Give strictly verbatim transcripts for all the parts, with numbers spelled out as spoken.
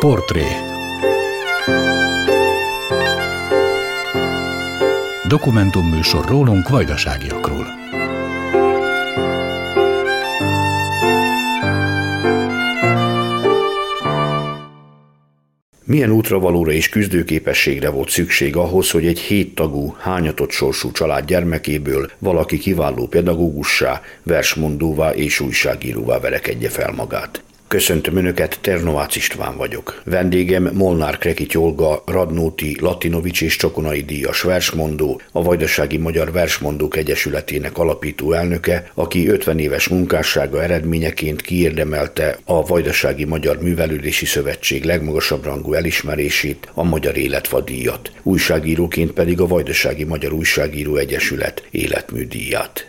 Portré. Dokumentumműsor rólunk, vajdaságiakról. Milyen útravalóra és küzdőképességre volt szükség ahhoz, hogy egy héttagú, hányatott sorsú család gyermekéből valaki kiváló pedagógussá, versmondóvá és újságíróvá verekedje fel magát? Köszöntöm Önöket, Ternovácz István vagyok. Vendégem Molnár Krekity Olga, Radnóti Latinovics és Csokonai díjas versmondó, a Vajdasági Magyar Versmondók Egyesületének alapító elnöke, aki ötven éves munkássága eredményeként kiérdemelte a Vajdasági Magyar Művelődési Szövetség legmagasabb rangú elismerését, a Magyar Életfa díjat, újságíróként pedig a Vajdasági Magyar Újságíró Egyesület életműdíját.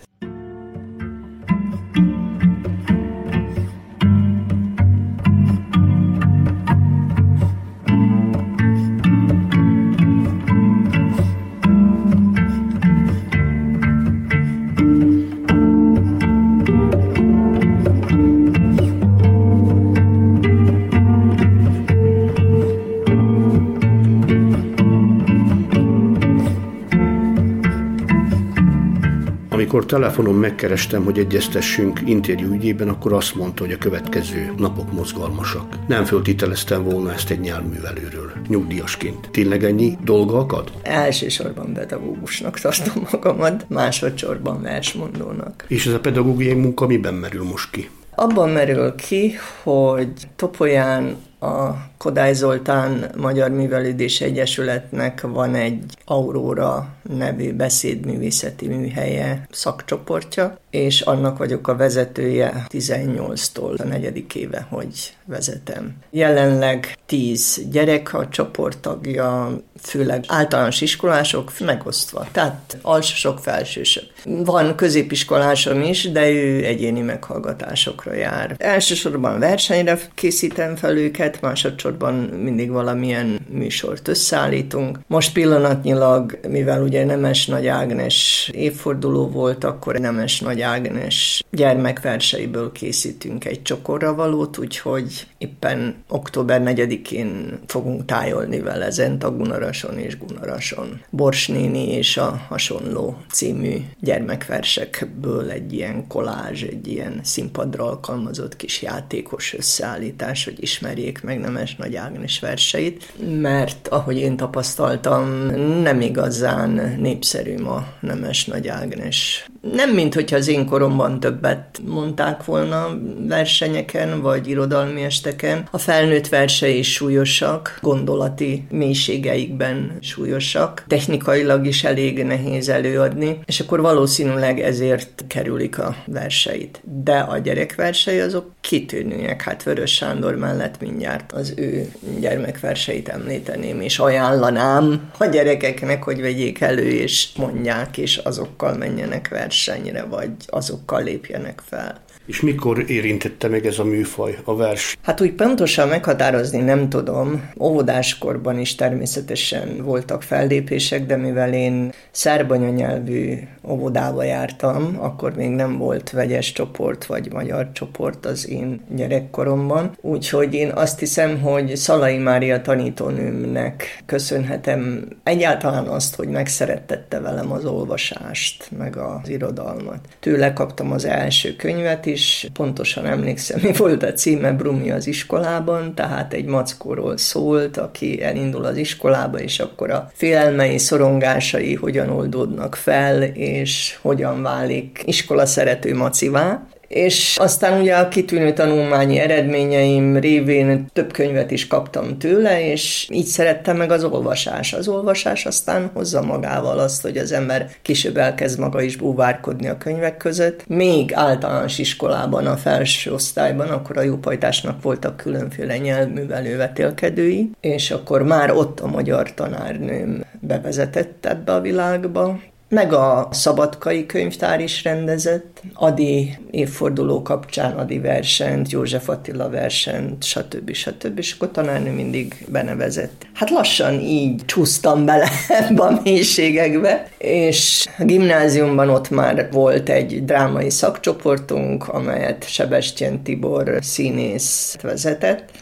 Amikor telefonon megkerestem, hogy egyeztessünk interjú ügyében, akkor azt mondta, hogy a következő napok mozgalmasak. Nem föltételeztem volna ezt egy nyelvművelőről, nyugdíjasként. Tényleg ennyi dolga akad? Elsősorban pedagógusnak tartom magamat, másodszorban versmondónak. És ez a pedagógiai munka miben merül most ki? Abban merül ki, hogy Topolyán a Kodály Zoltán Magyar Művelődési Egyesületnek van egy Aurora nevű beszédművészeti műhelye, szakcsoportja, és annak vagyok a vezetője tizennyolctól a negyedik éve, hogy vezetem. Jelenleg tíz gyerek a csoporttagja, főleg általános iskolások, megosztva, tehát alsósok, felsősök. Van középiskolásom is, de ő egyéni meghallgatásokra jár. Elsősorban versenyre készítem fel őket, másodszorban mindig valamilyen műsort összeállítunk. Most pillanatnyilag, mivel ugye Nemes Nagy Ágnes évforduló volt, akkor Nemes Nagy Ágnes gyermekverseiből készítünk egy csokorra valót, úgyhogy éppen október negyedikén fogunk tájolni vele Zentaggunarason és Gunarason. Bors néni és a hasonló című gyermekversekből egy ilyen kolázs, egy ilyen színpadra alkalmazott kis játékos összeállítás, hogy ismerjék meg Nemes Nagy Ágnes verseit, mert ahogy én tapasztaltam, nem igazán népszerű ma Nemes Nagy Ágnes. Nem mint hogyha az én koromban többet mondták volna versenyeken, vagy irodalmi esteken. A felnőtt versei is súlyosak, gondolati mélységeikben súlyosak, technikailag is elég nehéz előadni, és akkor valószínűleg ezért kerülik a verseit. De a gyerekversei azok kitűnőek, hát Vörös Sándor mellett mindjárt az ő gyermekverseit említeném, és ajánlanám a gyerekeknek, hogy vegyék elő, és mondják, és azokkal menjenek versenyre, vagy azokkal lépjenek fel. És mikor érintette meg ez a műfaj, a vers? Hát úgy pontosan meghatározni nem tudom. Óvodáskorban is természetesen voltak fellépések, de mivel én szerb anyanyelvű óvodába jártam, akkor még nem volt vegyes csoport vagy magyar csoport az én gyerekkoromban. Úgyhogy én azt hiszem, hogy Szalai Mária tanítónőmnek köszönhetem egyáltalán azt, hogy megszerettette velem az olvasást, meg az irodalmat. Tőle kaptam az első könyvet is, pontosan emlékszem, mi volt a címe, Brumi az iskolában, tehát egy mackóról szólt, aki elindul az iskolába, és akkor a félelmei, szorongásai hogyan oldódnak fel, és hogyan válik iskolaszerető macivá. És aztán ugye a kitűnő tanulmányi eredményeim révén több könyvet is kaptam tőle, és így szerettem meg az olvasás. Az olvasás aztán hozza magával azt, hogy az ember később elkezd maga is búvárkodni a könyvek között. Még általános iskolában, a felső osztályban, akkor a Jópajtásnak voltak különféle nyelvművelő vetélkedői, és akkor már ott a magyar tanárnőm bevezetett ebbe a világba. Meg a Szabadkai Könyvtár is rendezett, Ady évforduló kapcsán Ady versenyt, József Attila versenyt, stb. stb. És akkor tanárnő mindig benevezett. Hát lassan így csúsztam bele ebbe a mélységekbe, és a gimnáziumban ott már volt egy drámai szakcsoportunk, amelyet Sebestyén Tibor színész vezetett,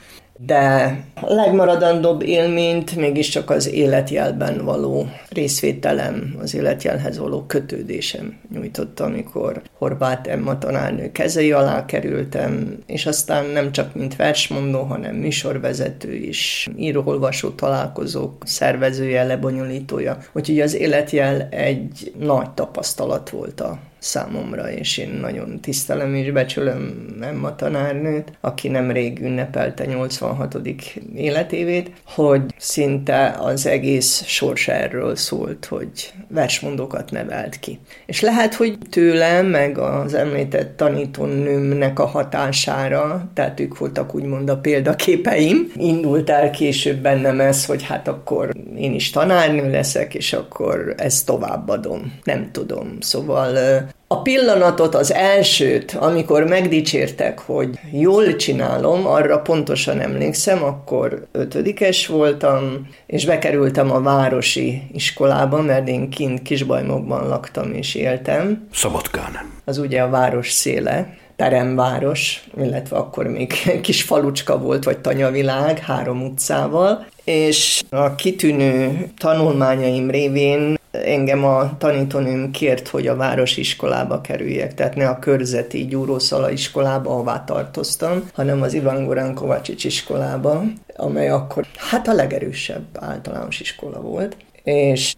de a legmaradandóbb élményt mégiscsak az életjelben való részvételem, az életjelhez való kötődésem nyújtotta, amikor Horváth Emma tanárnő kezei alá kerültem, és aztán nem csak mint versmondó, hanem műsorvezető is, író-olvasó találkozók szervezője, lebonyolítója. Úgyhogy az életjel egy nagy tapasztalat volt a számomra, és én nagyon tisztelem és becsülöm Emma tanárnőt, aki nemrég ünnepelte nyolcvanhatodik életévét, hogy szinte az egész sors erről szólt, hogy versmondókat nevelt ki. És lehet, hogy tőlem, meg az említett tanítónőmnek a hatására, tehát ők voltak úgymond a példaképeim, indult el később bennem ez, hogy hát akkor én is tanárnő leszek, és akkor ezt továbbadom. Nem tudom. Szóval a pillanatot, az elsőt, amikor megdicsértek, hogy jól csinálom, arra pontosan emlékszem, akkor ötödikes voltam, és bekerültem a városi iskolába, mert én kint Kisbajmokban laktam és éltem. Szabadkán. Az ugye a város széle, peremváros, illetve akkor még kis falucska volt, vagy tanyavilág, három utcával, és a kitűnő tanulmányaim révén engem a tanítónőm kért, hogy a városiskolába kerüljek, tehát ne a körzeti Gyúrószala iskolába, ahová tartoztam, hanem az Ivan Goran Kovácsics iskolába, amely akkor hát a legerősebb általános iskola volt. És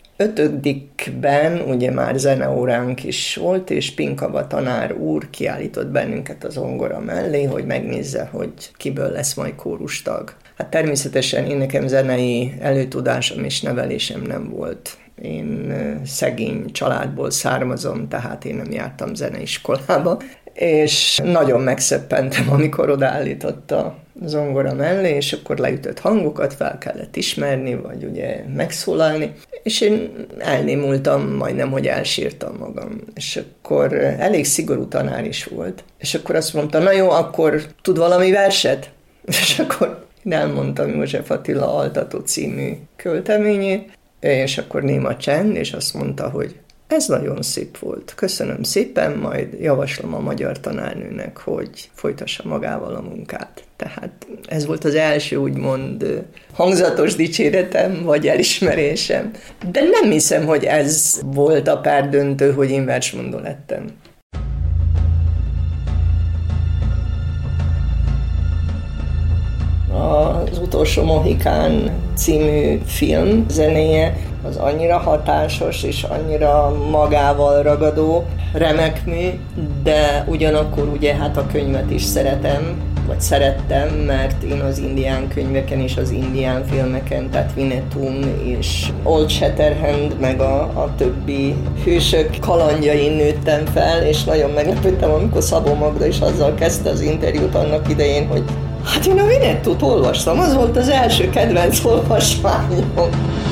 ötödikben ugye már zeneóránk is volt, és Pinkava tanár úr kiállított bennünket az zongora mellé, hogy megnézze, hogy kiből lesz majd kórustag. Hát természetesen én nekem zenei előtudásom és nevelésem nem volt. Én szegény családból származom, tehát én nem jártam zeneiskolába, és nagyon megszöppentem, amikor odaállította zongora mellé, és akkor leütött hangokat fel kellett ismerni, vagy ugye megszólalni, és én elnémultam, majdnem, hogy elsírtam magam. És akkor elég szigorú tanár is volt. És akkor azt mondta, na jó, akkor tud valami verset? És akkor elmondtam József Attila Altató című költeményét, és akkor néma csend, és azt mondta, hogy ez nagyon szép volt. Köszönöm szépen, majd javaslom a magyar tanárnőnek, hogy folytassa magával a munkát. Tehát ez volt az első úgymond hangzatos dicséretem, vagy elismerésem. De nem hiszem, hogy ez volt a perdöntő, hogy én versmondó lettem. Az Utolsó Mohikán című film zenéje az annyira hatásos és annyira magával ragadó, remek mű, de ugyanakkor ugye hát a könyvet is szeretem, vagy szerettem, mert én az indián könyveken és az indián filmeken, tehát Winnetou és Old Shatterhand, meg a, a többi hősök kalandjain nőttem fel, és nagyon meglepődtem, amikor Szabó Magda is azzal kezdte az interjút annak idején, hogy hát én a Winnetou-t olvastam, az volt az első kedvenc olvasmányom.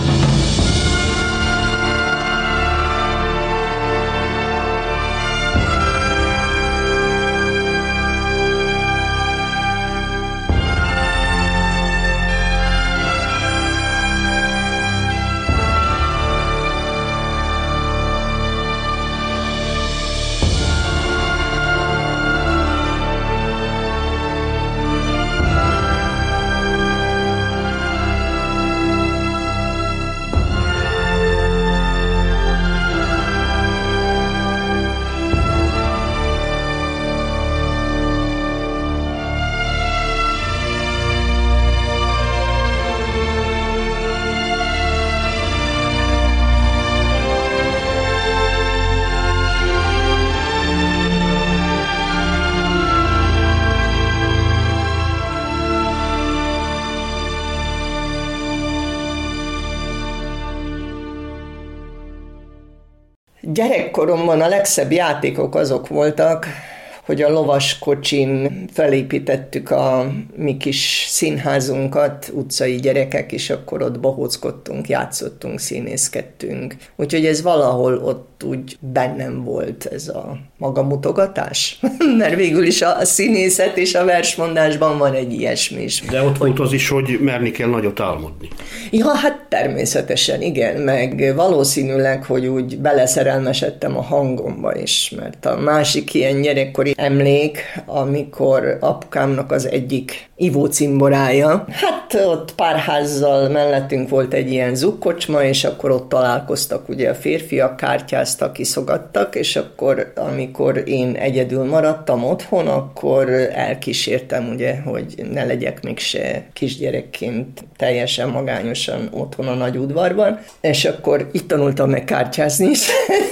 Gyerekkoromban a legszebb játékok azok voltak, hogy a lovaskocsin felépítettük a mi kis színházunkat, utcai gyerekek, és akkor ott bohóckodtunk, játszottunk, színészkedtünk. Úgyhogy ez valahol ott úgy bennem volt ez a magamutogatás. Mert végül is a színészet és a versmondásban van egy ilyesmi is. De ott volt az is, hogy merni kell nagyot álmodni. Ja, hát természetesen, igen, meg valószínűleg, hogy úgy beleszerelmesedtem a hangomba is, mert a másik ilyen gyerekkori gyerekkori emlék, amikor apukámnak az egyik ivócimborája. Hát ott pár házzal mellettünk volt egy ilyen zugkocsma, és akkor ott találkoztak ugye a férfiak, kártyáztak, iszogattak, és akkor amikor én egyedül maradtam otthon, akkor elkísértem ugye, hogy ne legyek mégse kisgyerekként teljesen magányosan otthon a nagy udvarban, és akkor itt tanultam meg kártyázni is,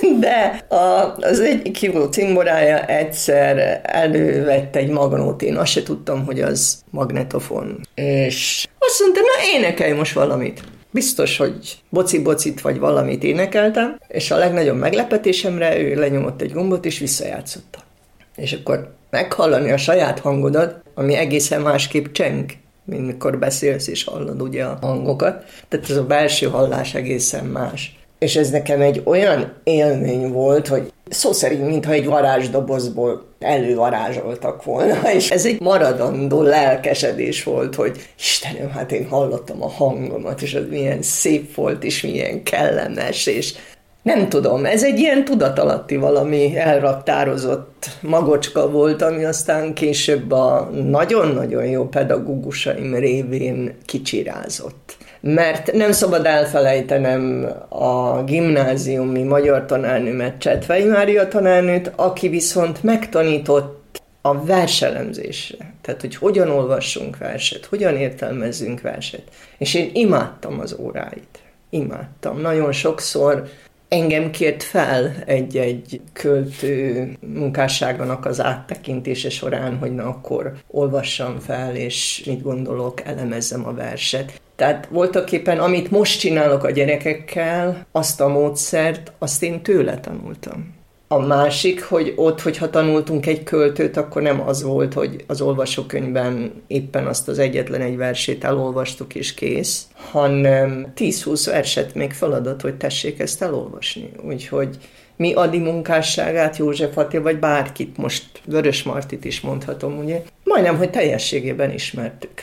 de a, az egyik ivó cimborája egyszer elővette egy magnót, én azt se tudtam, hogy az magnetofon, és azt mondta, na énekelj most valamit. Biztos, hogy boci-bocit vagy valamit énekeltem, és a legnagyobb meglepetésemre ő lenyomott egy gombot, és visszajátszotta. És akkor meghallani a saját hangodat, ami egészen másképp cseng, mint mikor beszélsz és hallod ugye a hangokat. Tehát ez a belső hallás egészen más. És ez nekem egy olyan élmény volt, hogy szó szerint, mintha egy varázsdobozból elővarázsoltak volna, és ez egy maradandó lelkesedés volt, hogy Istenem, hát én hallottam a hangomat, és az milyen szép volt, és milyen kellemes, és nem tudom, ez egy ilyen tudatalatti valami elraktározott magocska volt, ami aztán később a nagyon-nagyon jó pedagógusaim révén kicsirázott. Mert nem szabad elfelejtenem a gimnáziumi magyar tanárnőmet, Csetvei Mária tanárnőt, aki viszont megtanított a verselemzésre. Tehát, hogy hogyan olvassunk verset, hogyan értelmezzünk verset. És én imádtam az óráit. Imádtam. Nagyon sokszor engem kért fel egy-egy költő munkásságának az áttekintése során, hogy na akkor olvassam fel, és mit gondolok, elemezzem a verset. Tehát voltaképpen, amit most csinálok a gyerekekkel, azt a módszert, azt én tőle tanultam. A másik, hogy ott, hogyha tanultunk egy költőt, akkor nem az volt, hogy az olvasókönyvben éppen azt az egyetlen egy versét elolvastuk és kész, hanem tíz-húsz verset még feladat, hogy tessék ezt elolvasni. Úgyhogy mi Adi munkásságát, József Attila, vagy bárkit, most Vörös Martit is mondhatom, ugye, majdnem, hogy teljességében ismertük.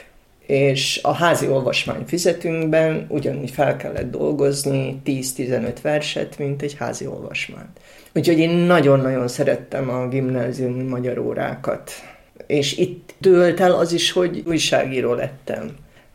És a házi olvasmány füzetünkben ugyanúgy fel kellett dolgozni tíz-tizenöt verset, mint egy házi olvasmányt. Úgyhogy én nagyon-nagyon szerettem a gimnáziumi magyar órákat. És itt dőlt el az is, hogy újságíró lettem.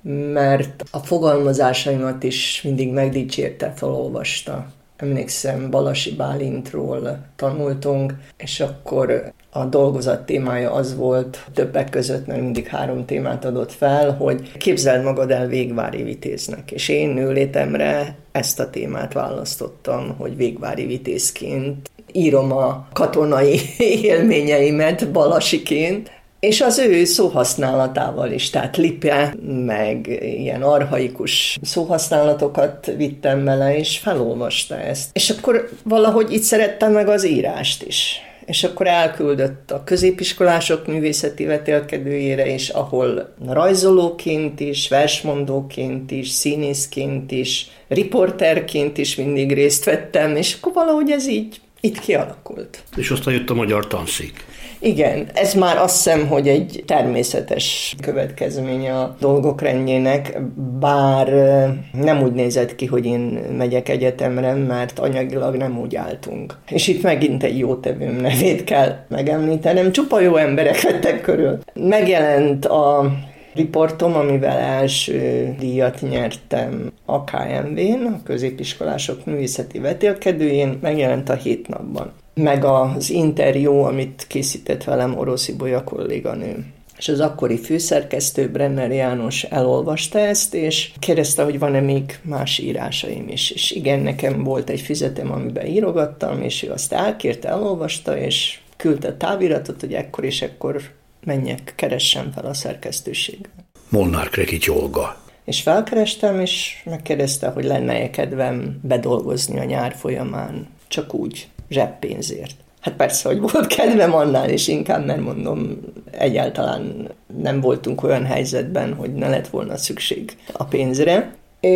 Mert a fogalmazásaimat is mindig megdicsérte, felolvasta. Emlékszem, Balasi Bálintról tanultunk, és akkor a dolgozat témája az volt, többek között, mert mindig három témát adott fel, hogy képzeld magad el végvári vitéznek. És én nőlétemre ezt a témát választottam, hogy végvári vitézként írom a katonai élményeimet Balasiként, és az ő szóhasználatával is, tehát lipe, meg ilyen archaikus szóhasználatokat vittem bele, és felolvasta ezt. És akkor valahogy itt szerettem meg az írást is. És akkor elküldött a középiskolások művészeti vetélkedőjére is, ahol rajzolóként is, versmondóként is, színészként is, riporterként is mindig részt vettem, és akkor valahogy ez így itt kialakult. És aztán jött a magyar tanszék. Igen, ez már azt hiszem, hogy egy természetes következménye a dolgok rendjének, bár nem úgy nézett ki, hogy én megyek egyetemre, mert anyagilag nem úgy álltunk. És itt megint egy jótevőm nevét kell megemlítenem, csupa jó emberek vettek körül. Megjelent a riportom, amivel első díjat nyertem a ká em vén, a középiskolások művészeti vetélkedőjén, megjelent a Hét napban. Meg az interjú, amit készített velem Orosz Ibolya kolléganő. És az akkori főszerkesztő Brenner János elolvasta ezt, és kérdezte, hogy van-e még más írásaim is. És igen, nekem volt egy füzetem, amiben írogattam, és ő azt elkérte, elolvasta, és küldte táviratot, hogy ekkor és ekkor menjek, keressem fel a szerkesztőségbe. Molnár Krekich Olga. És felkerestem, és megkérdezte, hogy lenne-e kedvem bedolgozni a nyár folyamán, csak úgy, zseppénzért. Hát persze, hogy volt kedvem annál, és inkább, mert mondom, egyáltalán nem voltunk olyan helyzetben, hogy ne lett volna szükség a pénzre.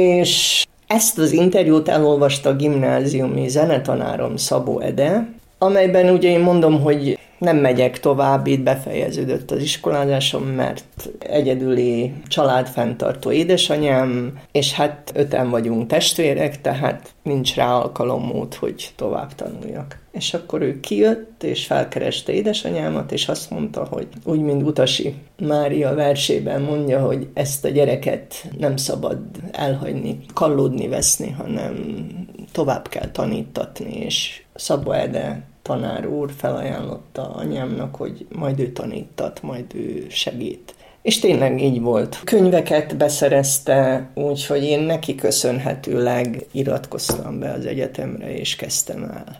És ezt az interjút elolvasta a gimnáziumi zenetanárom, Szabó Ede, amelyben ugye én mondom, hogy nem megyek tovább, itt befejeződött az iskolázásom, mert egyedüli családfenntartó édesanyám, és hát öten vagyunk testvérek, tehát nincs rá alkalommód, hogy tovább tanuljak. És akkor ő kijött, és felkereste édesanyámat, és azt mondta, hogy úgy, mint Utasi Mária versében mondja, hogy ezt a gyereket nem szabad elhagyni, kallódni, veszni, hanem tovább kell tanítatni, és Szabó Ede tanár úr felajánlotta anyámnak, hogy majd ő tanítat, majd ő segít. És tényleg így volt. Könyveket beszerezte, úgyhogy én neki köszönhetőleg iratkoztam be az egyetemre, és kezdtem el.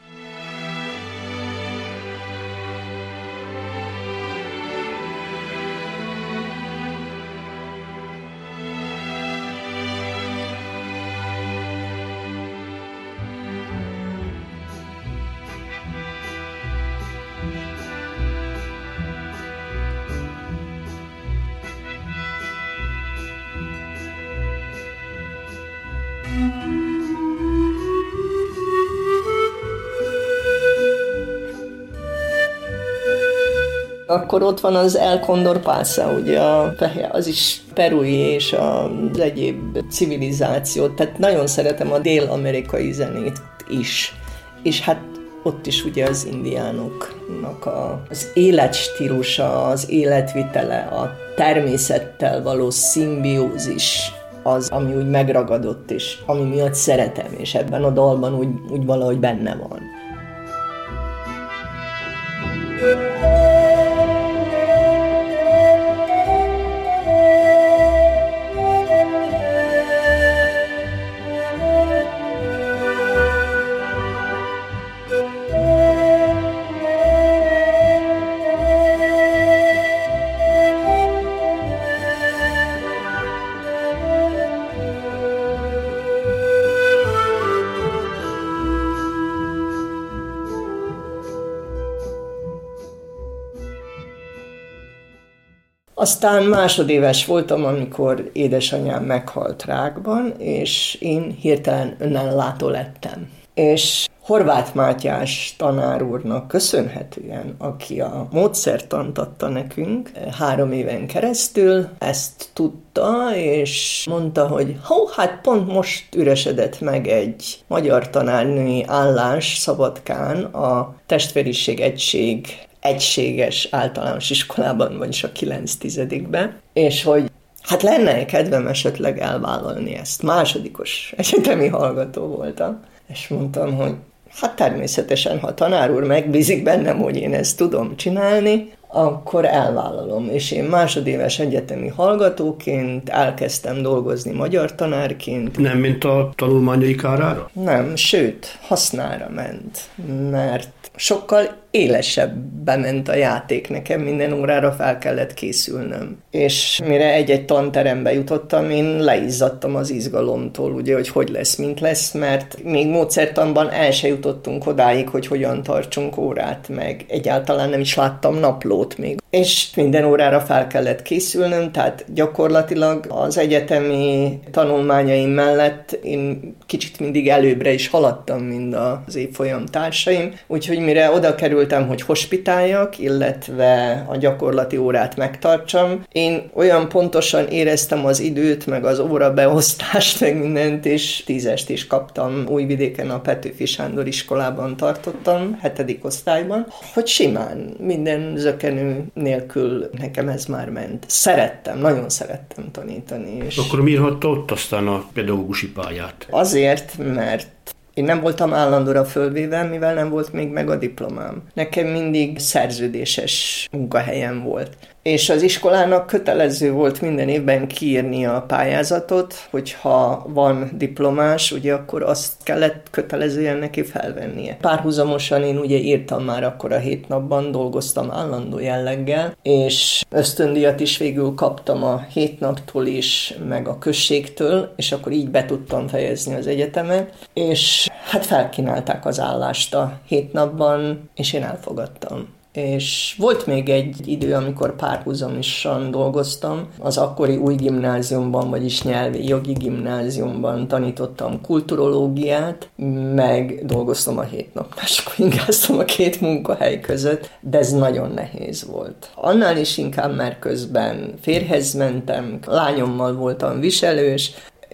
Akkor ott van az El Condor Pasa, ugye a fehér, az is perui és az egyéb civilizációt, tehát nagyon szeretem a dél-amerikai zenét is. És hát ott is ugye az indiánoknak a, az életstílusa, az életvitele, a természettel való szimbiózis az, ami úgy megragadott, és ami miatt szeretem, és ebben a dalban úgy, úgy valahogy benne van. Aztán másodéves voltam, amikor édesanyám meghalt rákban, és én hirtelen önállátó lettem. És Horváth Mátyás tanár úrnak köszönhetően, aki a módszertant adta nekünk három éven keresztül, ezt tudta, és mondta, hogy hó, hát pont most üresedett meg egy magyar tanárnői állás Szabadkán a Testvériség Egység egységes általános iskolában, vagyis a kilenc tizedikben, és hogy hát lenne kedvem esetleg elvállalni ezt. Másodikos egyetemi hallgató voltam, és mondtam, hogy hát természetesen, ha a tanár úr megbízik bennem, hogy én ezt tudom csinálni, akkor elvállalom. És én másodéves egyetemi hallgatóként elkezdtem dolgozni magyar tanárként. Nem, mint a tanulmányai kárára? Nem, sőt, hasznára ment, mert sokkal élesebben ment a játék, nekem minden órára fel kellett készülnöm. És mire egy-egy tanterembe jutottam, én leizzadtam az izgalomtól, ugye, hogy hogy lesz, mint lesz, mert még módszertanban el se jutottunk odáig, hogy hogyan tartsunk órát, meg egyáltalán nem is láttam naplót még. És minden órára fel kellett készülnöm, tehát gyakorlatilag az egyetemi tanulmányaim mellett én kicsit mindig előbbre is haladtam, mint az évfolyam társaim, úgyhogy mire oda kerültem, hogy hospitáljak, illetve a gyakorlati órát megtartsam, én olyan pontosan éreztem az időt, meg az órabeosztást, meg mindent, és tízest is kaptam. Újvidéken a Petőfi Sándor iskolában tartottam, hetedik osztályban, hogy simán, minden zökenő nélkül nekem ez már ment. Szerettem, nagyon szerettem tanítani. És akkor miért hagyta ott aztán a pedagógusi pályát? Azért, mert én nem voltam állandóra fölvéve, mivel nem volt még meg a diplomám. Nekem mindig szerződéses munkahelyem volt. És az iskolának kötelező volt minden évben kiírni a pályázatot, hogyha van diplomás, ugye akkor azt kellett kötelezően neki felvennie. Párhuzamosan én ugye írtam már akkor a hét napban, dolgoztam állandó jelleggel, és ösztöndíjat is végül kaptam a hét naptól is, meg a községtől, és akkor így be tudtam fejezni az egyetemet, és hát felkínálták az állást a hét napban, és én elfogadtam. És volt még egy idő, amikor párhuzamosan dolgoztam. Az akkori új gimnáziumban, vagyis nyelvi jogi gimnáziumban tanítottam kulturológiát, meg dolgoztam a hét nap, mások ingáztam a két munkahely között, de ez nagyon nehéz volt. Annál is inkább, mert közben férjhez mentem, lányommal voltam viselős,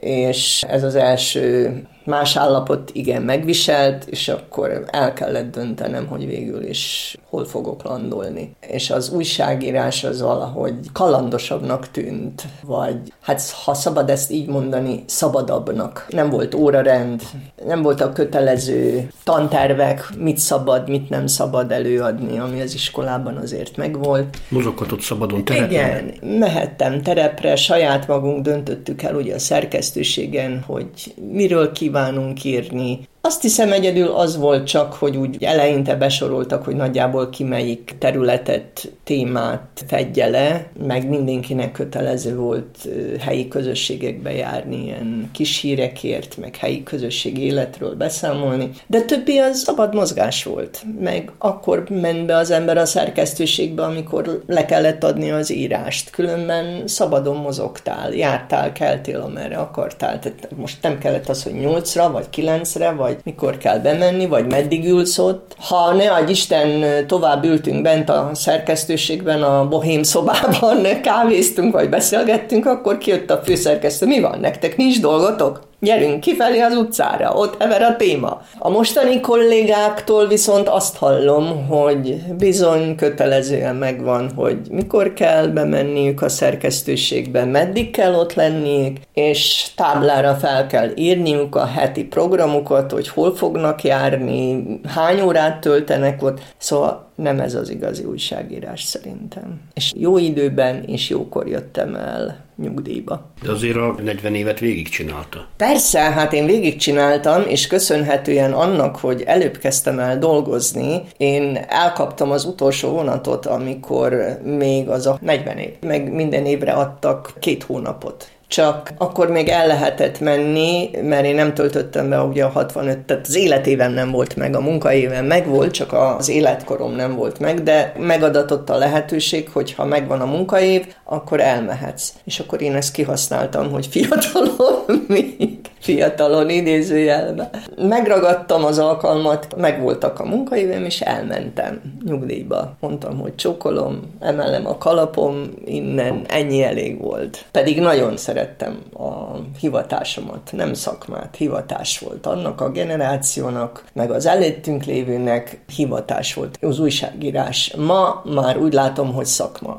és ez az első más állapot igen megviselt, és akkor el kellett döntenem, hogy végül is hol fogok landolni. És az újságírás az valahogy kalandosabbnak tűnt, vagy hát ha szabad ezt így mondani, szabadabbnak. Nem volt órarend, nem voltak kötelező tantervek, mit szabad, mit nem szabad előadni, ami az iskolában azért megvolt. Mozoghatott szabadon terepre? Igen, mehettem terepre, saját magunk döntöttük el ugye a szerkesztőségen, hogy miről kívánunk írni. Azt hiszem egyedül az volt csak, hogy úgy eleinte besoroltak, hogy nagyjából ki melyik területet, témát fedje le, meg mindenkinek kötelező volt helyi közösségekbe járni, ilyen kis hírekért, meg helyi közösség életről beszámolni, de többi az szabad mozgás volt, meg akkor ment be az ember a szerkesztőségbe, amikor le kellett adni az írást, különben szabadon mozogtál, jártál, keltél, amerre akartál, tehát most nem kellett az, hogy nyolcra, vagy kilencre, vagy mikor kell bemenni, vagy meddig ülsz ott. Ha ne adj Isten, tovább ültünk bent a szerkesztőségben, a bohém szobában, kávéztunk, vagy beszélgettünk, akkor kijött a főszerkesztő, mi van, nektek nincs dolgotok? Gyerünk kifelé az utcára, ott hever a téma. A mostani kollégáktól viszont azt hallom, hogy bizony kötelezően megvan, hogy mikor kell bemenniük a szerkesztőségbe, meddig kell ott lenniük, és táblára fel kell írniuk a heti programukat, hogy hol fognak járni, hány órát töltenek ott. Szóval nem ez az igazi újságírás szerintem. És jó időben és jókor jöttem el nyugdíjba. De azért a negyven évet végigcsinálta. Persze, hát én végigcsináltam, és köszönhetően annak, hogy előbb kezdtem el dolgozni, én elkaptam az utolsó vonatot, amikor még az a negyven év, meg minden évre adtak két hónapot. Csak akkor még el lehetett menni, mert én nem töltöttem be ugye a hatvanöt, tehát az életévem nem volt meg, a munkaévem megvolt, csak az életkorom nem volt meg, de megadatott a lehetőség, hogy ha megvan a munkaév, akkor elmehetsz. És akkor én ezt kihasználtam, hogy fiatalon még, fiatalon idézőjelben. Megragadtam az alkalmat, megvoltak a munkaévem, és elmentem nyugdíjba. Mondtam, hogy csókolom, emelem a kalapom, innen ennyi elég volt. Pedig nagyon szerettem a hivatásomat, nem szakmát, hivatás volt. Annak a generációnak, meg az előttünk lévőnek hivatás volt. Az újságírás ma már úgy látom, hogy szakma.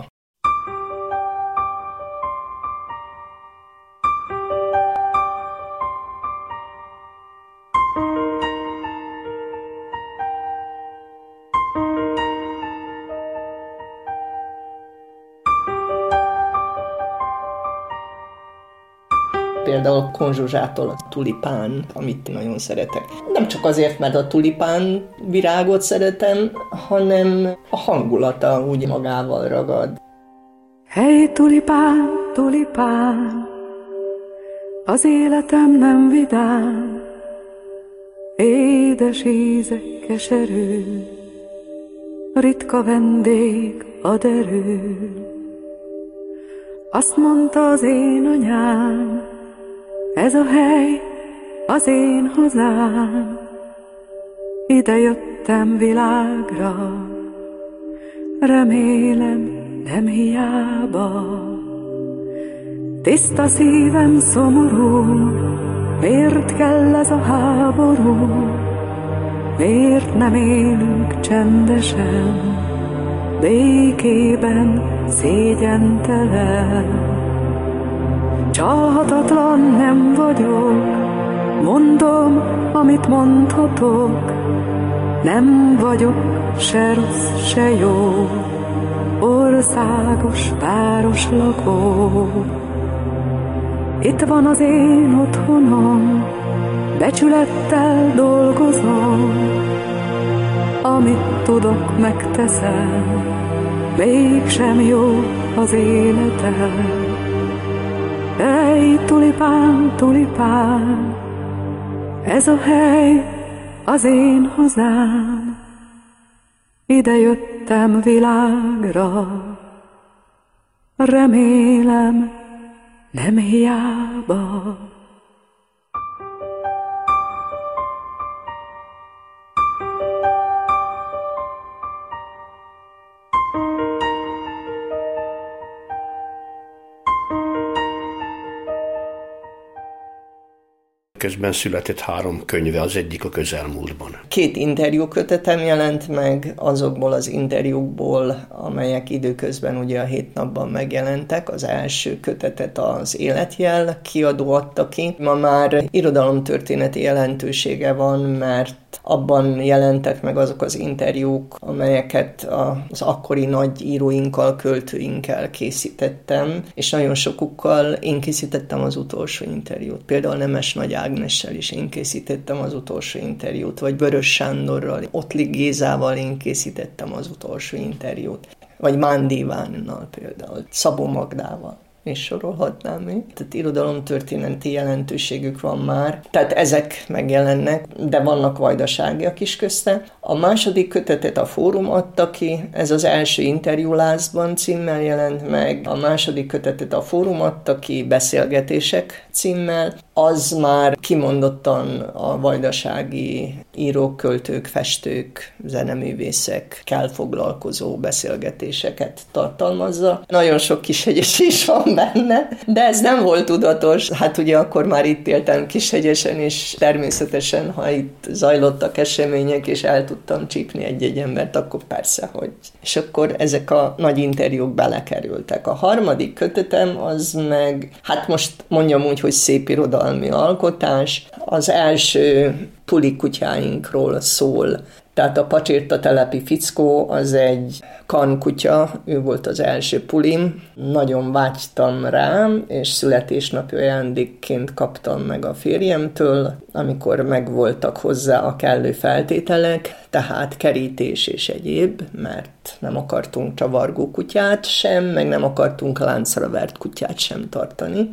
Például Konzsuzsától a tulipán, amit nagyon szeretek. Nem csak azért, mert a tulipán virágot szeretem, hanem a hangulata úgy magával ragad. Hey, tulipán, tulipán, az életem nem vidám, édes ízek, keserű, ritka vendég ad erő. Azt mondta az én anyám, ez a hely az én hazám, ide jöttem világra, remélem nem hiába. Tiszta szívem szomorú, miért kell ez a háború, miért nem élünk csendesen, békében, szégyentelen. Csalhatatlan nem vagyok, mondom, amit mondhatok, nem vagyok se rossz, se jó, országos város lakó. Itt van az én otthonom, becsülettel dolgozom, amit tudok, megteszem, mégsem jó az életem. Hey, tulipán, tulipán, ez a hely az én hazám, ide jöttem jöttem világra, remélem nem hiába. Közben született három könyve, az egyik a közelmúltban. Két interjúkötetem jelent meg azokból az interjúkból, amelyek időközben ugye a hét napban megjelentek. Az első kötetet az Életjel kiadó adta ki. Ma már irodalomtörténeti jelentősége van, mert abban jelentek meg azok az interjúk, amelyeket az akkori nagy íróinkkal, költőinkkel készítettem, és nagyon sokukkal én készítettem az utolsó interjút. Például Nemes Nagy Ágnessel is én készítettem az utolsó interjút, vagy Vörös Sándorral, Ottlik Gézával én készítettem az utolsó interjút, vagy Mándi Ivánnal például, Szabó Magdával. És sorolhatnám még. Tehát irodalomtörténeti jelentőségük van már. Tehát ezek megjelennek, de vannak vajdaságiak is közte. A második kötetet a Fórum adta ki, ez az első Interjúlázban címmel jelent meg. A második kötetet a Fórum adta ki, Beszélgetések címmel. Az már kimondottan a vajdasági írók, költők, festők, zeneművészekkel foglalkozó beszélgetéseket tartalmazza. Nagyon sok Kishegyesi is van benne, de ez nem volt tudatos. Hát ugye akkor már itt éltem Kishegyesen, és természetesen, ha itt zajlottak események, és el tudtam csípni egy-egy embert, akkor persze, hogy... És akkor ezek a nagy interjúk belekerültek. A harmadik kötetem az meg, hát most mondjam úgy, hogy szép irodalmi alkotás. Az első pulikutyáinkról szól. Tehát a Pacsirta telepi fickó az egy kankutya, ő volt az első pulim. Nagyon vágytam rám, és születésnapi ajándékként kaptam meg a férjemtől, amikor megvoltak hozzá a kellő feltételek, tehát kerítés és egyéb, mert nem akartunk csavargó kutyát sem, meg nem akartunk láncra vert kutyát sem tartani.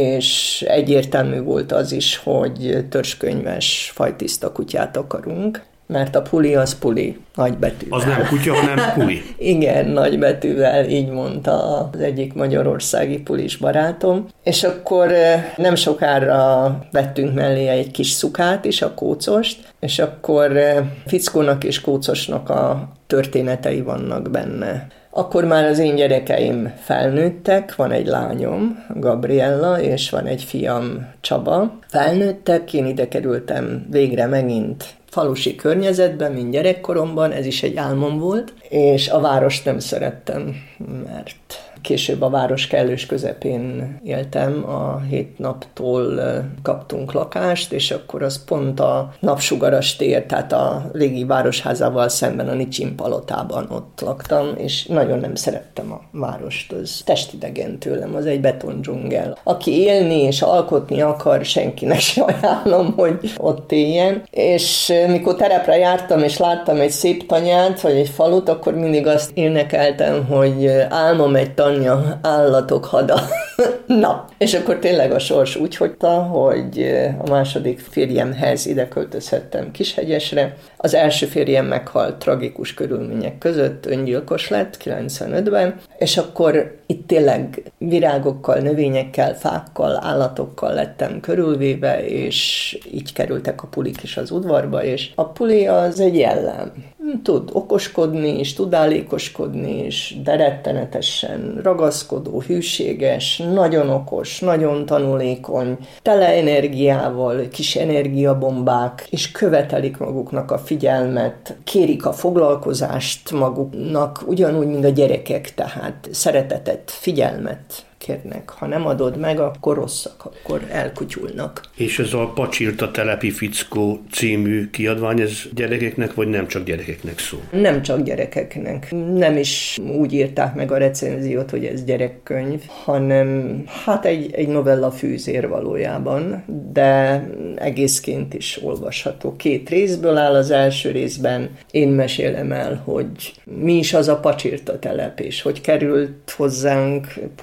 És egyértelmű volt az is, hogy törzskönyves, fajtiszta kutyát akarunk, mert a puli az puli, nagybetűvel. Az nem kutya, hanem puli. Igen, nagybetűvel, így mondta az egyik magyarországi pulis barátom. És akkor nem sokára vettünk mellé egy kis szukát is, a Kócost, és akkor fickónak és Kócosnak a történetei vannak benne. Akkor már az én gyerekeim felnőttek, van egy lányom, Gabriella, és van egy fiam, Csaba. Felnőttek, én ide kerültem végre megint falusi környezetben, mint gyerekkoromban, ez is egy álmom volt, és a várost nem szerettem, mert később a város kellős közepén éltem, a hét naptól kaptunk lakást, és akkor az pont a Napsugaras tér, tehát a régi városházával szemben a Nicsin palotában ott laktam, és nagyon nem szerettem a várost, az testidegen tőlem, az egy betondzsungel. Aki élni és alkotni akar, senkinek sem ajánlom, hogy ott éljen, és mikor terepre jártam, és láttam egy szép tanyát, vagy egy falut, akkor mindig azt énekeltem, hogy álmom egy tanya, állatok hada. Na, és akkor tényleg a sors úgy hagyta, hogy a második férjemhez ide költözhettem Kishegyesre. Az első férjem meghalt tragikus körülmények között, öngyilkos lett kilencvenötben, és akkor itt tényleg virágokkal, növényekkel, fákkal, állatokkal lettem körülvéve, és így kerültek a pulik is az udvarba, és a puli az egy jellem. Tud okoskodni is, tud állékoskodni is, de rettenetesen ragaszkodó, hűséges, nagyon okos, nagyon tanulékony, tele energiával, kis energiabombák, és követelik maguknak a figyelmet, kérik a foglalkozást maguknak, ugyanúgy, mint a gyerekek, tehát szeretetet, figyelmet kérnek. Ha nem adod meg, akkor rosszak, akkor elkutyulnak. És ez a Pacsirta telepi fickó című kiadvány, ez gyerekeknek, vagy nem csak gyerekeknek szól? Nem csak gyerekeknek. Nem is úgy írták meg a recenziót, hogy ez gyerekkönyv, hanem hát egy, egy novella fűzér valójában, de egészként is olvasható. Két részből áll, az első részben én mesélem el, hogy mi is az a Pacsirta telep, és hogy került hozzánk puli, a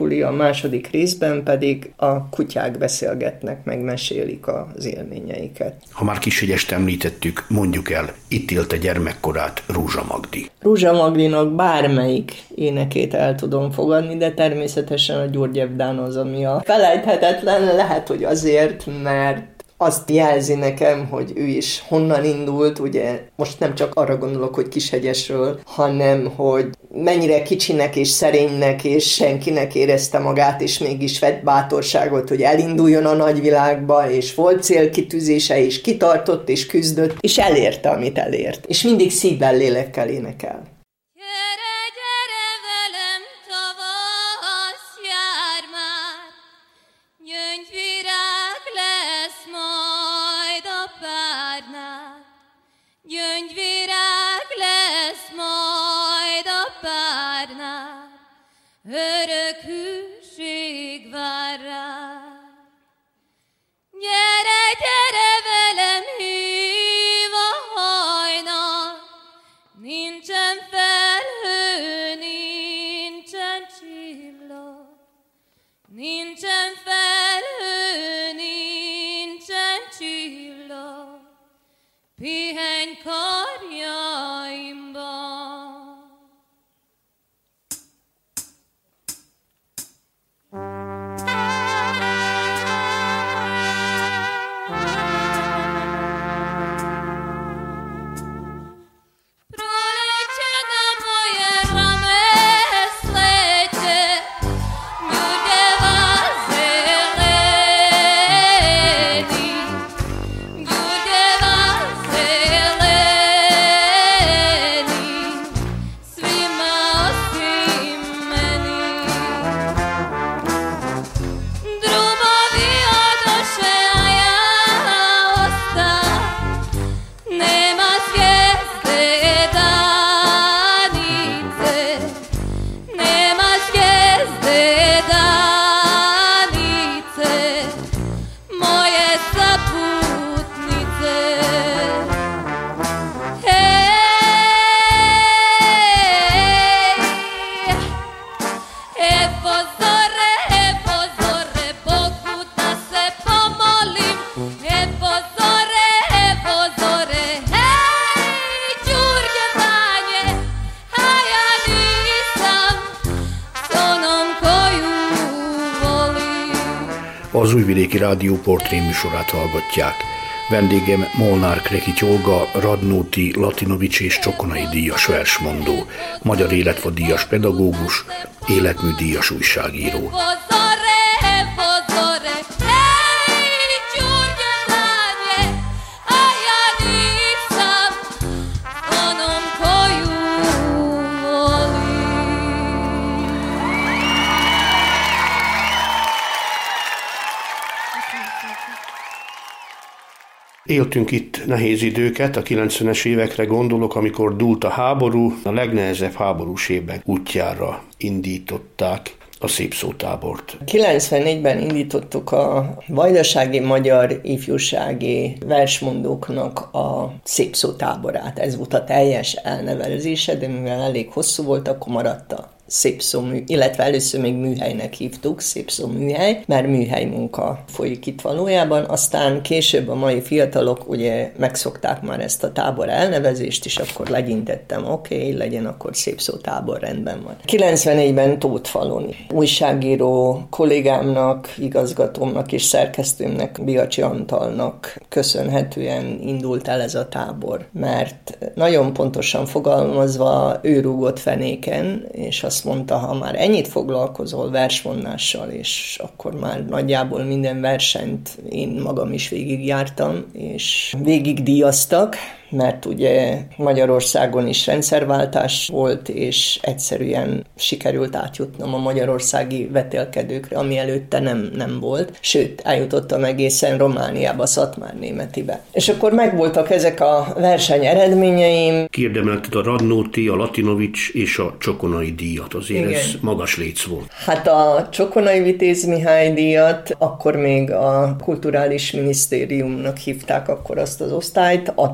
második részben pedig a kutyák beszélgetnek, megmesélik az élményeiket. Ha már Kishegyest említettük, mondjuk el, itt élte gyermekkorát Rózsa Magdi. Rózsa Magdinak bármelyik énekét el tudom fogadni, de természetesen a György Evdán az, ami a felejthetetlen, lehet, hogy azért, mert azt jelzi nekem, hogy ő is honnan indult, ugye most nem csak arra gondolok, hogy Kishegyesről, hanem hogy mennyire kicsinek és szerénynek és senkinek érezte magát, és mégis vett bátorságot, hogy elinduljon a nagyvilágba, és volt célkitűzése, és kitartott, és küzdött, és elérte, amit elért. És mindig szívvel, lélekkel énekel. Gyöngyvirág lesz majd a párnál, örök hűség vár rád. Gyere, gyere velem, hív a hajnal, nincsen felhő, nincsen csillag, nincsen felhő, nincsen csillag. Pihenj karjaimban. Az Újvidéki Rádió portré műsorát hallgatják. Vendégem Molnár Krekics Olga, Radnóti, Latinovics és Csokonai díjas versmondó, Magyar Életfa díjas pedagógus, életműdíjas újságíró. Éltünk itt nehéz időket, a kilencvenes évekre gondolok, amikor dúlt a háború, a legnehezebb háborús évben útjára indították a Szépszótábort. kilencvennégyben indítottuk a Vajdasági Magyar Ifjúsági Versmondóknak a Szépszótáborát. Ez volt a teljes elnevezése, de mivel elég hosszú volt, akkor maradt a Szépszó mű, illetve először még műhelynek hívtuk, Szépszó műhely, mert műhely munka folyik itt valójában, aztán később a mai fiatalok ugye megszokták már ezt a tábor elnevezést, és akkor legyintettem, oké, okay, legyen akkor Szépszó tábor, rendben van. kilencvennégyben Tótfalon újságíró kollégámnak, igazgatómnak és szerkesztőmnek, Biacsi Antalnak köszönhetően indult el ez a tábor, mert nagyon pontosan fogalmazva ő rúgott fenéken, és azt mondta, ha már ennyit foglalkozol versmondással, és akkor már nagyjából minden versenyt én magam is végigjártam, és végigdíjaztak, mert ugye Magyarországon is rendszerváltás volt, és egyszerűen sikerült átjutnom a magyarországi vetélkedőkre, ami előtte nem, nem volt. Sőt, eljutottam egészen Romániába, Szatmárnémetibe. És akkor megvoltak ezek a verseny eredményeim. Kiérdemelted a Radnóti, a Latinovics és a Csokonai díjat, azért igen. Ez magas léc volt. Hát a Csokonai Vitéz Mihály díjat akkor még a Kulturális Minisztériumnak hívták akkor azt az osztályt, attól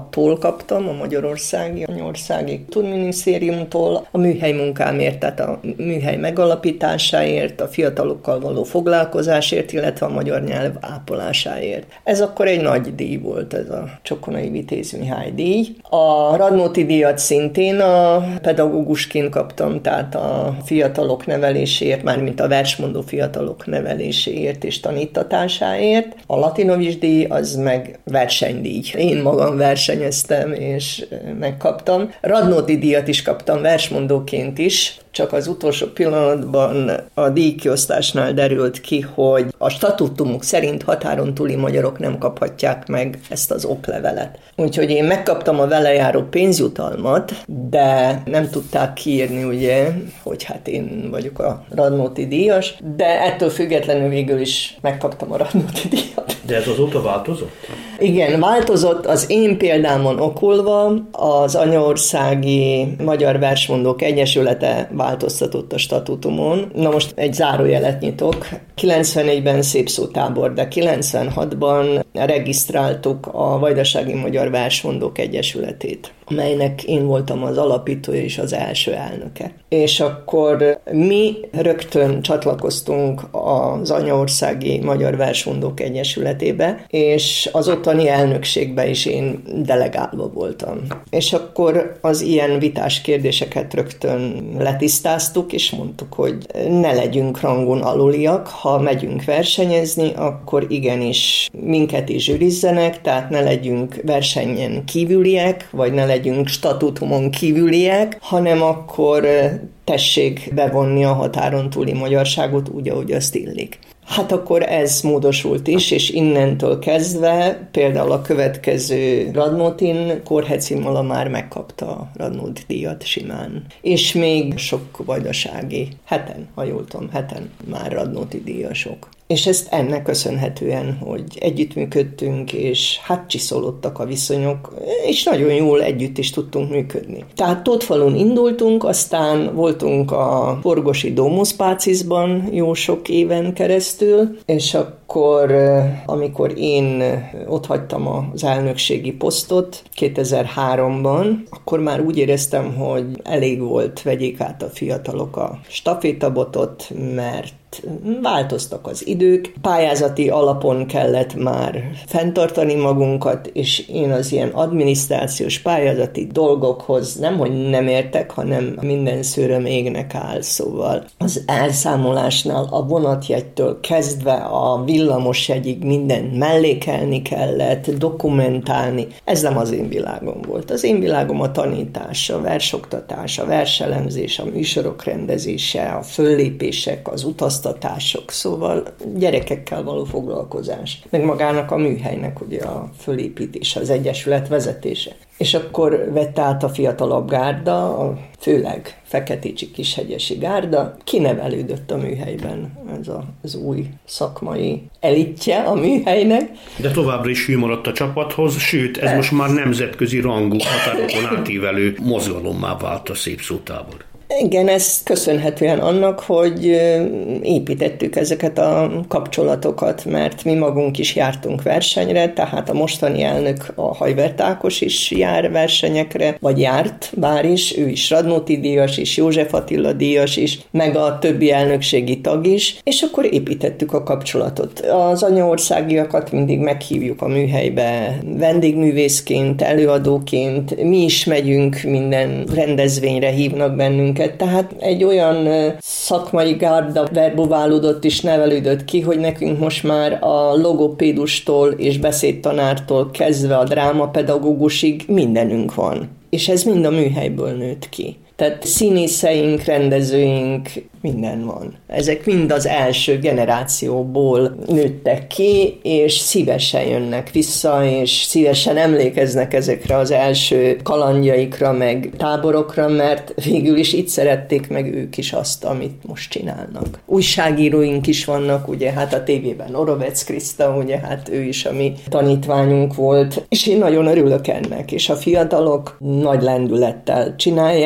kaptam a Magyarországi Anyországi Kultúrminisztériumtól a műhely munkámért, tehát a műhely megalapításáért, a fiatalokkal való foglalkozásért, illetve a magyar nyelv ápolásáért. Ez akkor egy nagy díj volt, ez a Csokonai Vitéz Mihály díj. A Radnóti díjat szintén a pedagógusként kaptam, tehát a fiatalok neveléséért, mármint a versmondó fiatalok neveléséért és tanítatásáért. A Latinovics díj az meg versenydíj. Én magam versenyeztem és megkaptam. Radnóti díjat is kaptam versmondóként is, csak az utolsó pillanatban a díjkiosztásnál derült ki, hogy a statutumok szerint határon túli magyarok nem kaphatják meg ezt az oklevelet. Úgyhogy én megkaptam a vele járó pénzjutalmat, de nem tudták kiírni, ugye, hogy hát én vagyok a Radnóti díjas, de ettől függetlenül végül is megkaptam a Radnóti díjat. De ez azóta változott? Igen, változott az én példámon okulva, az Anyaországi Magyar Versmondók Egyesülete változtatott a statutumon. Na most egy zárójelet nyitok. kilencvenegyben szépszótábor, de kilencvenhatban regisztráltuk a Vajdasági Magyar Versmondók Egyesületét, amelynek én voltam az alapítója és az első elnöke. És akkor mi rögtön csatlakoztunk az Anyaországi Magyar Versmondók Egyesületébe, és az ottani elnökségbe is én delegálva voltam. És akkor az ilyen vitás kérdéseket rögtön letisztáztuk, és mondtuk, hogy ne legyünk rangon aluliak, ha megyünk versenyezni, akkor igenis minket is zsűrizzenek, tehát ne legyünk versenyen kívüliek, vagy ne legyünk statutumon kívüliek, hanem akkor tessék bevonni a határon túli magyarságot úgy, ahogy azt illik. Hát akkor ez módosult is, és innentől kezdve például a következő Radnótin Korheci Mala már megkapta a Radnóti díjat simán. És még sok vajdasági, heten, ha jól tudom, heten már Radnóti díjasok. És ezt ennek köszönhetően, hogy együttműködtünk, és hát csiszolódtak a viszonyok, és nagyon jól együtt is tudtunk működni. Tehát Tótfalun indultunk, aztán voltunk a Forgosi Domus Pácisban jó sok éven keresztül, és akkor, amikor én otthagytam az elnökségi posztot kétezer-háromban, akkor már úgy éreztem, hogy elég volt, vegyék át a fiatalok a stafétabotot, mert változtak az idők, pályázati alapon kellett már fenntartani magunkat, és én az ilyen adminisztrációs pályázati dolgokhoz nemhogy nem értek, hanem minden szőröm égnek áll, szóval az elszámolásnál a vonatjegytől kezdve a villamosjegyig mindent mellékelni kellett, dokumentálni. Ez nem az én világom volt. Az én világom a tanítás, a versoktatás, a verselemzés, a műsorok rendezése, a föllépések, az utaztatások, szóval gyerekekkel való foglalkozás. Meg magának a műhelynek ugye a fölépítése, az egyesület vezetése. És akkor vett át a fiatalabb gárda, a főleg feketécsi kishegyesi gárda, kinevelődött a műhelyben ez a, az új szakmai elitje a műhelynek. De továbbra is hű maradt a csapathoz, sőt, ez most már nemzetközi rangú, határokon átívelő mozgalommá vált a Szépszótábor. Igen, ez köszönhetően annak, hogy építettük ezeket a kapcsolatokat, mert mi magunk is jártunk versenyre, tehát a mostani elnök, a Hajvert Ákos is jár versenyekre, vagy járt, bár is, ő is Radnóti díjas is, József Attila díjas is, meg a többi elnökségi tag is, és akkor építettük a kapcsolatot. Az anyaországiakat mindig meghívjuk a műhelybe vendégművészként, előadóként, mi is megyünk, minden rendezvényre hívnak bennünket, tehát egy olyan szakmai gárda verbuválódott és nevelődött ki, hogy nekünk most már a logopédustól és beszédtanártól kezdve a drámapedagógusig mindenünk van. És ez mind a műhelyből nőtt ki. Tehát színészeink, rendezőink, minden van. Ezek mind az első generációból nőttek ki, és szívesen jönnek vissza, és szívesen emlékeznek ezekre az első kalandjaikra, meg táborokra, mert végül is itt szerették meg ők is azt, amit most csinálnak. Újságíróink is vannak, ugye hát a tévében Orovec Kriszta, ugye hát ő is a mi tanítványunk volt, és én nagyon örülök ennek, és a fiatalok nagy lendülettel csinálják, hát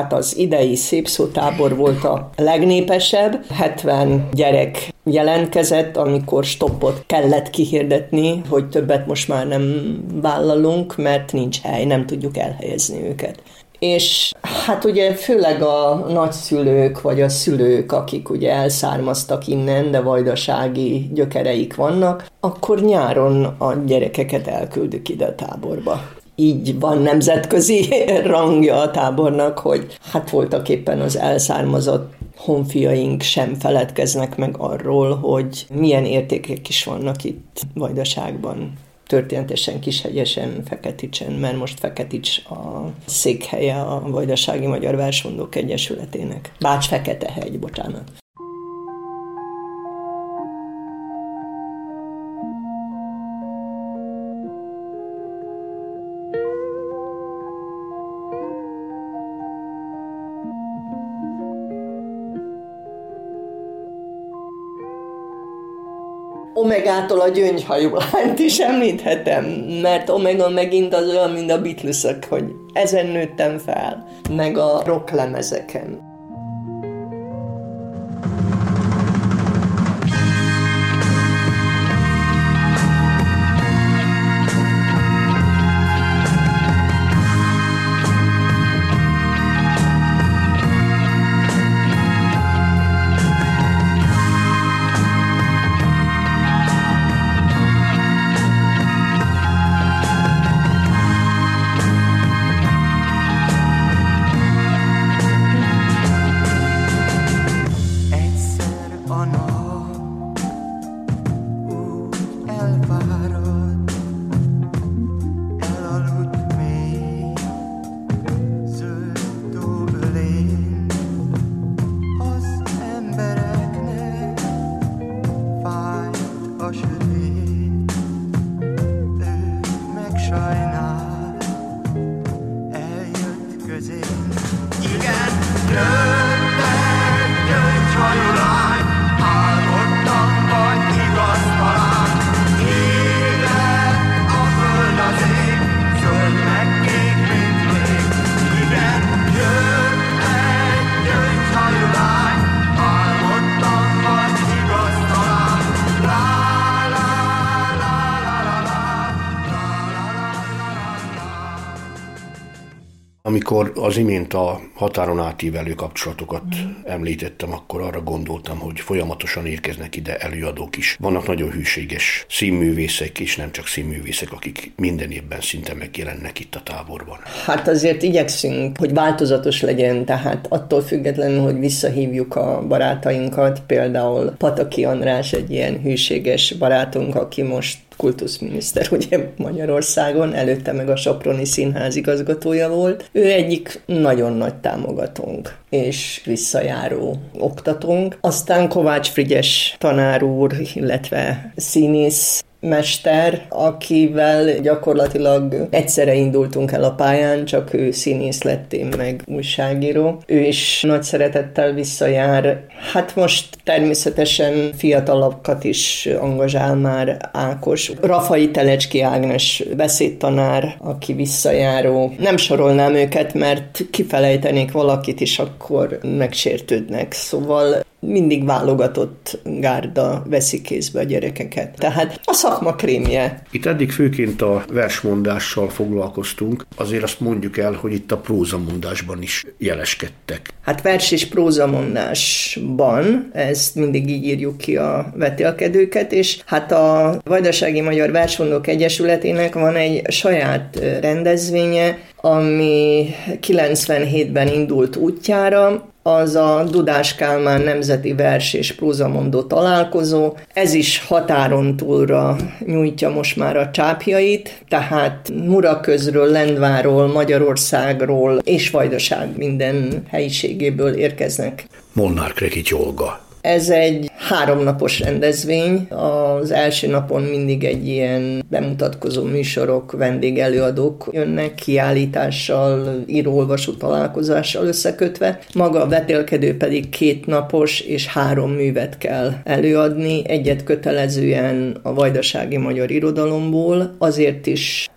hát az idei szépszótábor volt a legnépesebb, hetven gyerek jelentkezett, amikor stoppot kellett kihirdetni, hogy többet most már nem vállalunk, mert nincs hely, nem tudjuk elhelyezni őket. És hát ugye főleg a nagyszülők vagy a szülők, akik ugye elszármaztak innen, de vajdasági gyökereik vannak, akkor nyáron a gyerekeket elküldük ide a táborba. Így van nemzetközi rangja a tábornak, hogy hát voltak éppen az elszármazott honfiaink sem feledkeznek meg arról, hogy milyen értékek is vannak itt Vajdaságban. Történetesen Kishegyesen, Feketicsen, mert most Feketics a székhelye a Vajdasági Magyar Versmondók Egyesületének. Bács-Feketehegy, bocsánat. Omegától a Gyöngyhajú lányt is említhetem, mert Omega megint az olyan, mint a Beatlesek, hogy ezen nőttem fel, meg a rocklemezeken. Amikor az imént a határon átívelő kapcsolatokat mm. említettem, akkor arra gondoltam, hogy folyamatosan érkeznek ide előadók is. Vannak nagyon hűséges színművészek, és nem csak színművészek, akik minden évben szinte megjelennek itt a táborban. Hát azért igyekszünk, hogy változatos legyen, tehát attól függetlenül, hogy visszahívjuk a barátainkat, például Pataki András egy ilyen hűséges barátunk, aki most kultuszminiszter ugye Magyarországon, előtte meg a Soproni Színház igazgatója volt. Ő egyik nagyon nagy támogatónk és visszajáró oktatónk. Aztán Kovács Frigyes tanár úr, illetve színész mester, akivel gyakorlatilag egyszerre indultunk el a pályán, csak ő színész lett, én meg újságíró. Ő is nagy szeretettel visszajár. Hát most természetesen fiatalabbkat is angazsál már Ákos. Rafai Telecski Ágnes beszédtanár, aki visszajáró. Nem sorolnám őket, mert kifelejtenék valakit is, akkor megsértődnek. Szóval mindig válogatott gárda veszi kézbe a gyerekeket. Tehát a szakma krémje. Itt eddig főként a versmondással foglalkoztunk, azért azt mondjuk el, hogy itt a prózamondásban is jeleskedtek. Hát vers és prózamondásban, ezt mindig így írjuk ki a vetélkedőket, és hát a Vajdasági Magyar Versmondók Egyesületének van egy saját rendezvénye, ami kilencvenhétben indult útjára, az a Dudás Kálmán Nemzeti Vers és Prózamondó Találkozó. Ez is határon túlra nyújtja most már a csápjait, tehát Muraközről, Lendváról, Magyarországról és Vajdaság minden helyiségéből érkeznek. Molnár Krekics Olga. Ez egy háromnapos rendezvény. Az első napon mindig egy ilyen bemutatkozó műsorok, vendégelőadók jönnek kiállítással, író-olvasó találkozással összekötve. Maga a vetélkedő pedig két napos és három művet kell előadni, egyet kötelezően a vajdasági magyar irodalomból, azért is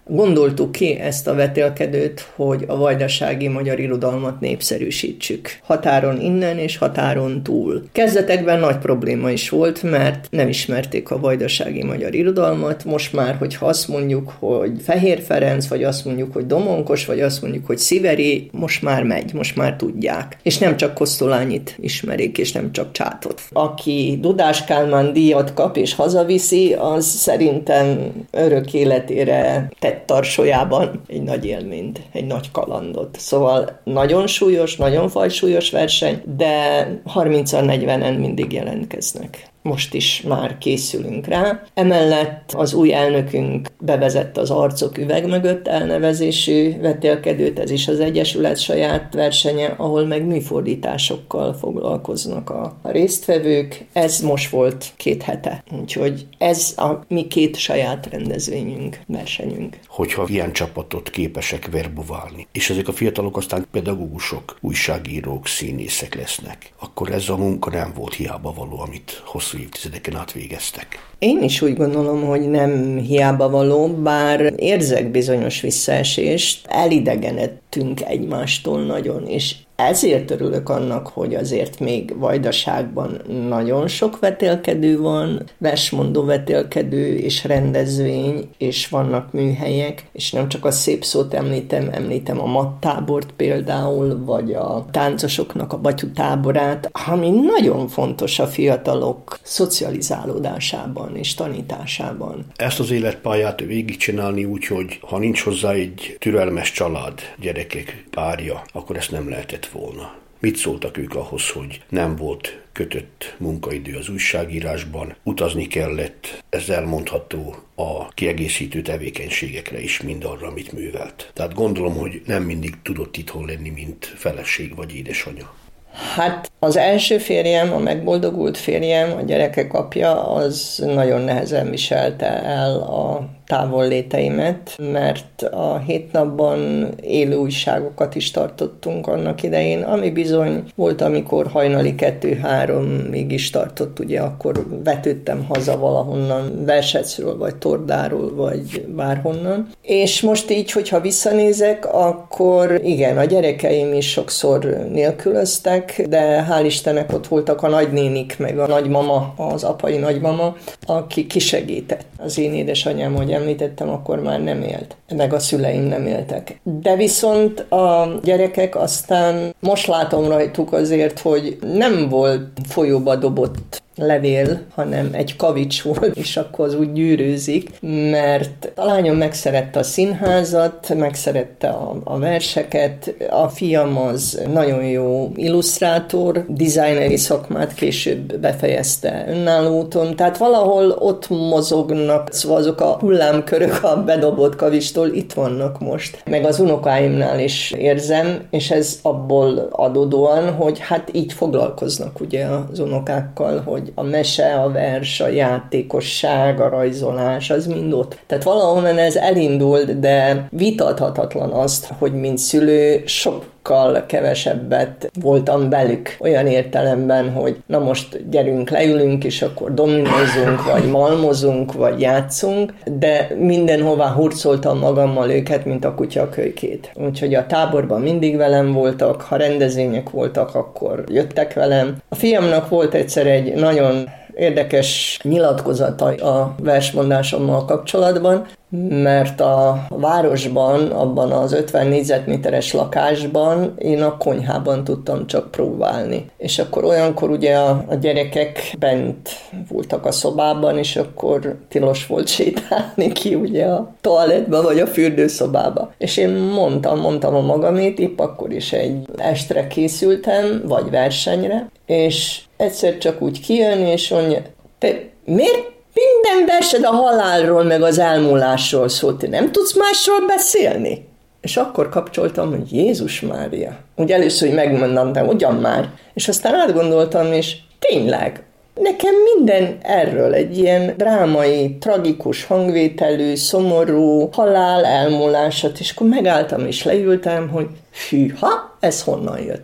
gondoltuk ki ezt a vetélkedőt, hogy a vajdasági magyar irodalmat népszerűsítsük. Határon innen és határon túl. Kezdetekben nagy probléma is volt, mert nem ismerték a vajdasági magyar irodalmat. Most már, hogyha azt mondjuk, hogy Fehér Ferenc, vagy azt mondjuk, hogy Domonkos, vagy azt mondjuk, hogy Sziveri, most már megy, most már tudják. És nem csak Kosztolányit ismerik, és nem csak Csátot. Aki Dudás Kálmán díjat kap és hazaviszi, az szerintem örök életére tett tarsolyában egy nagy élményt, egy nagy kalandot. Szóval nagyon súlyos, nagyon fajsúlyos verseny, de harmincan-negyvenen mindig jelentkeznek. Most is már készülünk rá. Emellett az új elnökünk bevezette az Arcok üveg mögött elnevezésű vetélkedőt, ez is az Egyesület saját versenye, ahol meg műfordításokkal foglalkoznak a résztvevők. Ez most volt két hete, úgyhogy ez a mi két saját rendezvényünk, versenyünk. Hogyha ilyen csapatot képesek verbuválni, és ezek a fiatalok aztán pedagógusok, újságírók, színészek lesznek, akkor ez a munka nem volt hiába való, amit hosszú évtizedeken át végeztek. Én is úgy gondolom, hogy nem hiába való, bár érzek bizonyos visszaesést, elidegenedtünk egymástól nagyon, és ezért örülök annak, hogy azért még Vajdaságban nagyon sok vetélkedő van, versmondó vetélkedő és rendezvény, és vannak műhelyek, és nem csak a szép szót említem, említem a mattábort például, vagy a táncosoknak a batyutáborát, ami nagyon fontos a fiatalok szocializálódásában és tanításában. Ezt az életpályát végigcsinálni úgy, hogy ha nincs hozzá egy türelmes család, gyerekek, párja, akkor ezt nem lehetett volna. Mit szóltak ők ahhoz, hogy nem volt kötött munkaidő az újságírásban, utazni kellett, ez elmondható a kiegészítő tevékenységekre is, mindarra, amit művelt. Tehát gondolom, hogy nem mindig tudott itthon lenni, mint feleség vagy édesanyja. Hát az első férjem, a megboldogult férjem, a gyerekek apja, az nagyon nehezen viselte el a távolléteimet, mert a hét napban élő újságokat is tartottunk annak idején, ami bizony volt, amikor hajnali kettő-háromig is tartott, ugye akkor vetődtem haza valahonnan, Versecről, vagy Tordáról, vagy bárhonnan. És most így, hogyha visszanézek, akkor igen, a gyerekeim is sokszor nélkülöztek, de hál' Istennek ott voltak a nagynénik, meg a nagymama, az apai nagymama, aki kisegített. Az én édesanyám, hogy említettem, akkor már nem élt, meg a szüleim nem éltek. De viszont a gyerekek aztán most látom rajtuk azért, hogy nem volt folyóba dobott levél, hanem egy kavics volt, és akkor az úgy gyűrűzik, mert a lányom megszerette a színházat, megszerette a, a verseket, a fiam az nagyon jó illusztrátor, designeri szakmát később befejezte önálló úton, tehát valahol ott mozognak, szóval azok a hullámkörök a bedobott kavicstól itt vannak most. Meg az unokáimnál is érzem, és ez abból adódóan, hogy hát így foglalkoznak ugye az unokákkal, hogy a mese, a vers, a játékosság, a rajzolás, az mind ott. Tehát valahonnan ez elindult, de vitathatatlan azt, hogy mint szülő sokkal kevesebbet voltam velük. Olyan értelemben, hogy na most gyerünk, leülünk, és akkor dominozunk, vagy malmozunk, vagy játszunk, de mindenhová hurcoltam magammal őket, mint a kutya a kölykét. Úgyhogy a táborban mindig velem voltak, ha rendezvények voltak, akkor jöttek velem. A fiamnak volt egyszer egy nagyon érdekes nyilatkozata a versmondásommal kapcsolatban, mert a városban, abban az ötven négyzetméteres lakásban én a konyhában tudtam csak próbálni. És akkor olyankor ugye a, a gyerekek bent voltak a szobában, és akkor tilos volt sétálni ki ugye a toalettbe vagy a fürdőszobába. És én mondtam, mondtam a magamét, épp akkor is egy estre készültem, vagy versenyre, és egyszer csak úgy kijön, és mondja, te miért minden versed a halálról, meg az elmúlásról szólt, te nem tudsz másról beszélni? És akkor kapcsoltam, hogy Jézus Mária. Úgy először, hogy megmondtam, ugyan már. És aztán átgondoltam, és tényleg, nekem minden erről egy ilyen drámai, tragikus hangvételű, szomorú, halál elmúlását, és akkor megálltam és leültem, hogy hűha, ez honnan jött?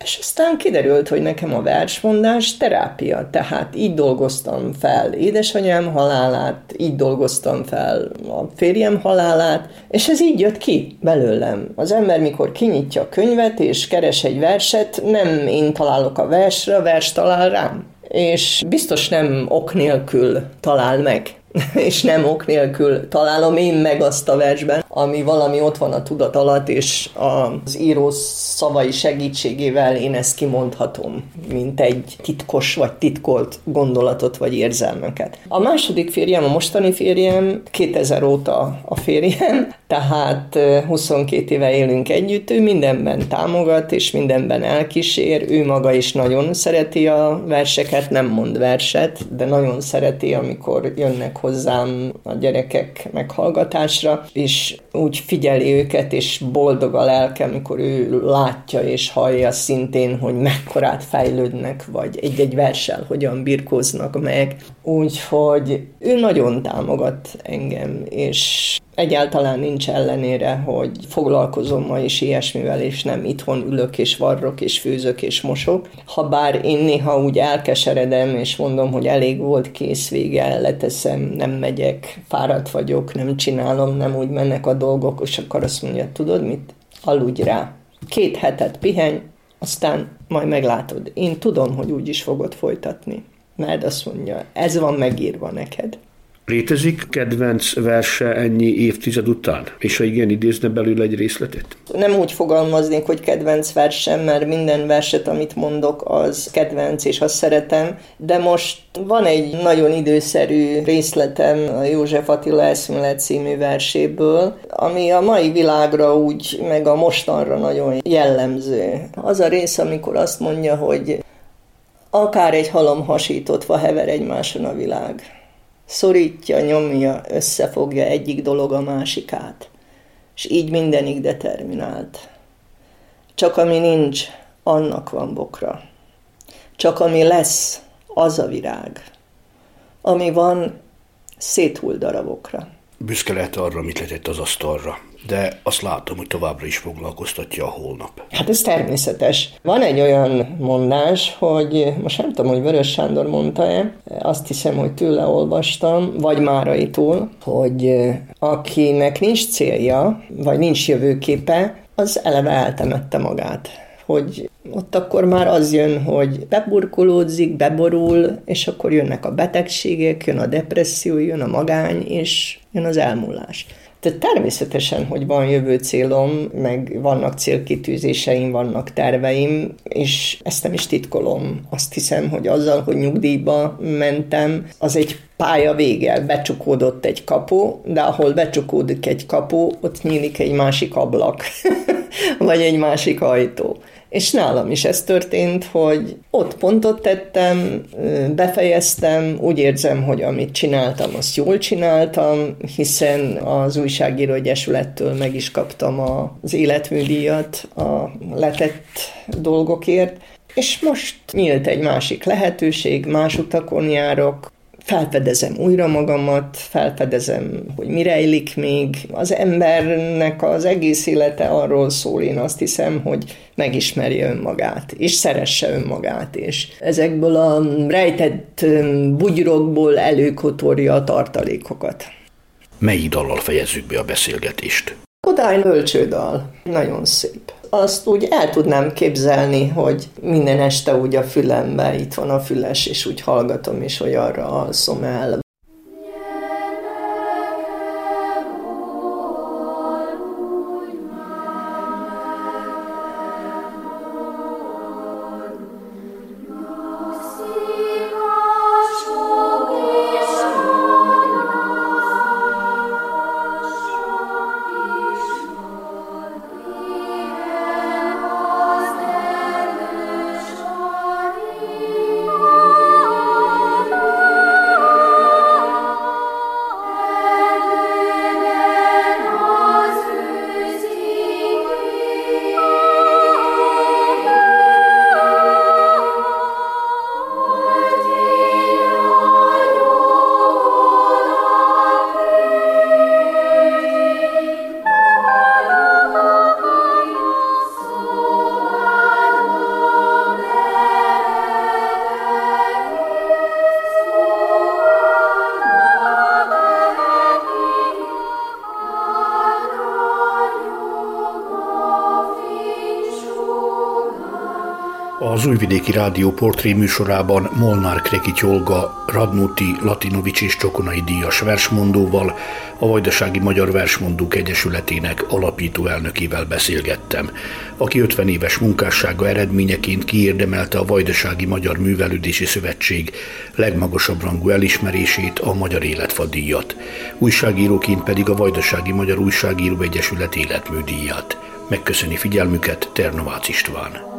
És aztán kiderült, hogy nekem a versmondás terápia, tehát így dolgoztam fel édesanyám halálát, így dolgoztam fel a férjem halálát, és ez így jött ki belőlem. Az ember, mikor kinyitja a könyvet és keres egy verset, nem én találok a versre, a vers talál rám. És biztos nem ok nélkül talál meg. És nem ok nélkül találom én meg azt a versben, ami valami ott van a tudat alatt, és az író szavai segítségével én ezt kimondhatom, mint egy titkos vagy titkolt gondolatot vagy érzelmeket. A második férjem, a mostani férjem, kétezer óta a férjem, tehát huszonkét éve élünk együtt, ő mindenben támogat, és mindenben elkísér, ő maga is nagyon szereti a verseket, nem mond verset, de nagyon szereti, amikor jönnek hozzám a gyerekek meghallgatásra, és úgy figyeli őket, és boldog a lelke, amikor ő látja és hallja szintén, hogy mekkorát fejlődnek, vagy egy-egy verssel hogyan birkóznak meg. Úgyhogy ő nagyon támogat engem, és egyáltalán nincs ellenére, hogy foglalkozom ma is ilyesmivel, és nem itthon ülök, és varrok, és főzök, és mosok. Habár én néha úgy elkeseredem, és mondom, hogy elég volt, kész, vége, leteszem, nem megyek, fáradt vagyok, nem csinálom, nem úgy mennek a dolgok, és akkor azt mondja, tudod mit? Aludj rá. Két hetet pihenj, aztán majd meglátod. Én tudom, hogy úgy is fogod folytatni. Mert azt mondja, ez van megírva neked. Létezik kedvenc verse ennyi évtized után? És ha igen, idézne belőle egy részletet? Nem úgy fogalmaznék, hogy kedvenc versem, mert minden verset, amit mondok, az kedvenc, és azt szeretem, de most van egy nagyon időszerű részletem a József Attila Eszmélet című verséből, ami a mai világra úgy, meg a mostanra nagyon jellemző. Az a rész, amikor azt mondja, hogy akár egy halom hasítottva hever egymáson a világ. Szorítja, nyomja, összefogja egyik dolog a másikát, és így mindenig determinált. Csak ami nincs, annak van bokra. Csak ami lesz, az a virág. Ami van, széthull darabokra. Büszke lehet arra, amit letett az asztalra, de azt látom, hogy továbbra is foglalkoztatja a holnap. Hát ez természetes. Van egy olyan mondás, hogy most nem tudom, hogy Vörös Sándor mondta-e, azt hiszem, hogy tőle olvastam, vagy Máraitól, hogy akinek nincs célja, vagy nincs jövőképe, az eleve eltemette magát. Hogy ott akkor már az jön, hogy beburkolódzik, beborul, és akkor jönnek a betegségek, jön a depresszió, jön a magány, és jön az elmúlás. Tehát természetesen, hogy van jövő célom, meg vannak célkitűzéseim, vannak terveim, és ezt nem is titkolom. Azt hiszem, hogy azzal, hogy nyugdíjba mentem, az egy pálya vége, becsukódott egy kapu, de ahol becsukódik egy kapu, ott nyílik egy másik ablak, vagy egy másik ajtó. És nálam is ez történt, hogy ott pontot tettem, befejeztem, úgy érzem, hogy amit csináltam, azt jól csináltam, hiszen az Újságíró Egyesülettől meg is kaptam az életműdíjat a letett dolgokért, és most nyílt egy másik lehetőség, más utakon járok, felfedezem újra magamat, felfedezem, hogy mi rejlik még. Az embernek az egész élete arról szól, én azt hiszem, hogy megismerje önmagát, és szeresse önmagát, és ezekből a rejtett bugyrokból előkotorja a tartalékokat. Mely dallal fejezzük be a beszélgetést? Kodály bölcsődal. Nagyon szép. Azt úgy el tudnám képzelni, hogy minden este úgy a fülembe, itt van a füles, és úgy hallgatom, és hogy arra alszom el. Oh Az Újvidéki Rádió portré műsorában Molnár Krekics Olga, Radnóti Latinovics és Csokonai díjas versmondóval, a Vajdasági Magyar Versmondók Egyesületének alapító elnökével beszélgettem, aki ötven éves munkássága eredményeként kiérdemelte a Vajdasági Magyar Művelődési Szövetség legmagasabb rangú elismerését, a Magyar Életfa díjat, újságíróként pedig a Vajdasági Magyar Újságíró Egyesület életműdíját. Megköszöni figyelmüket Ternovácz István.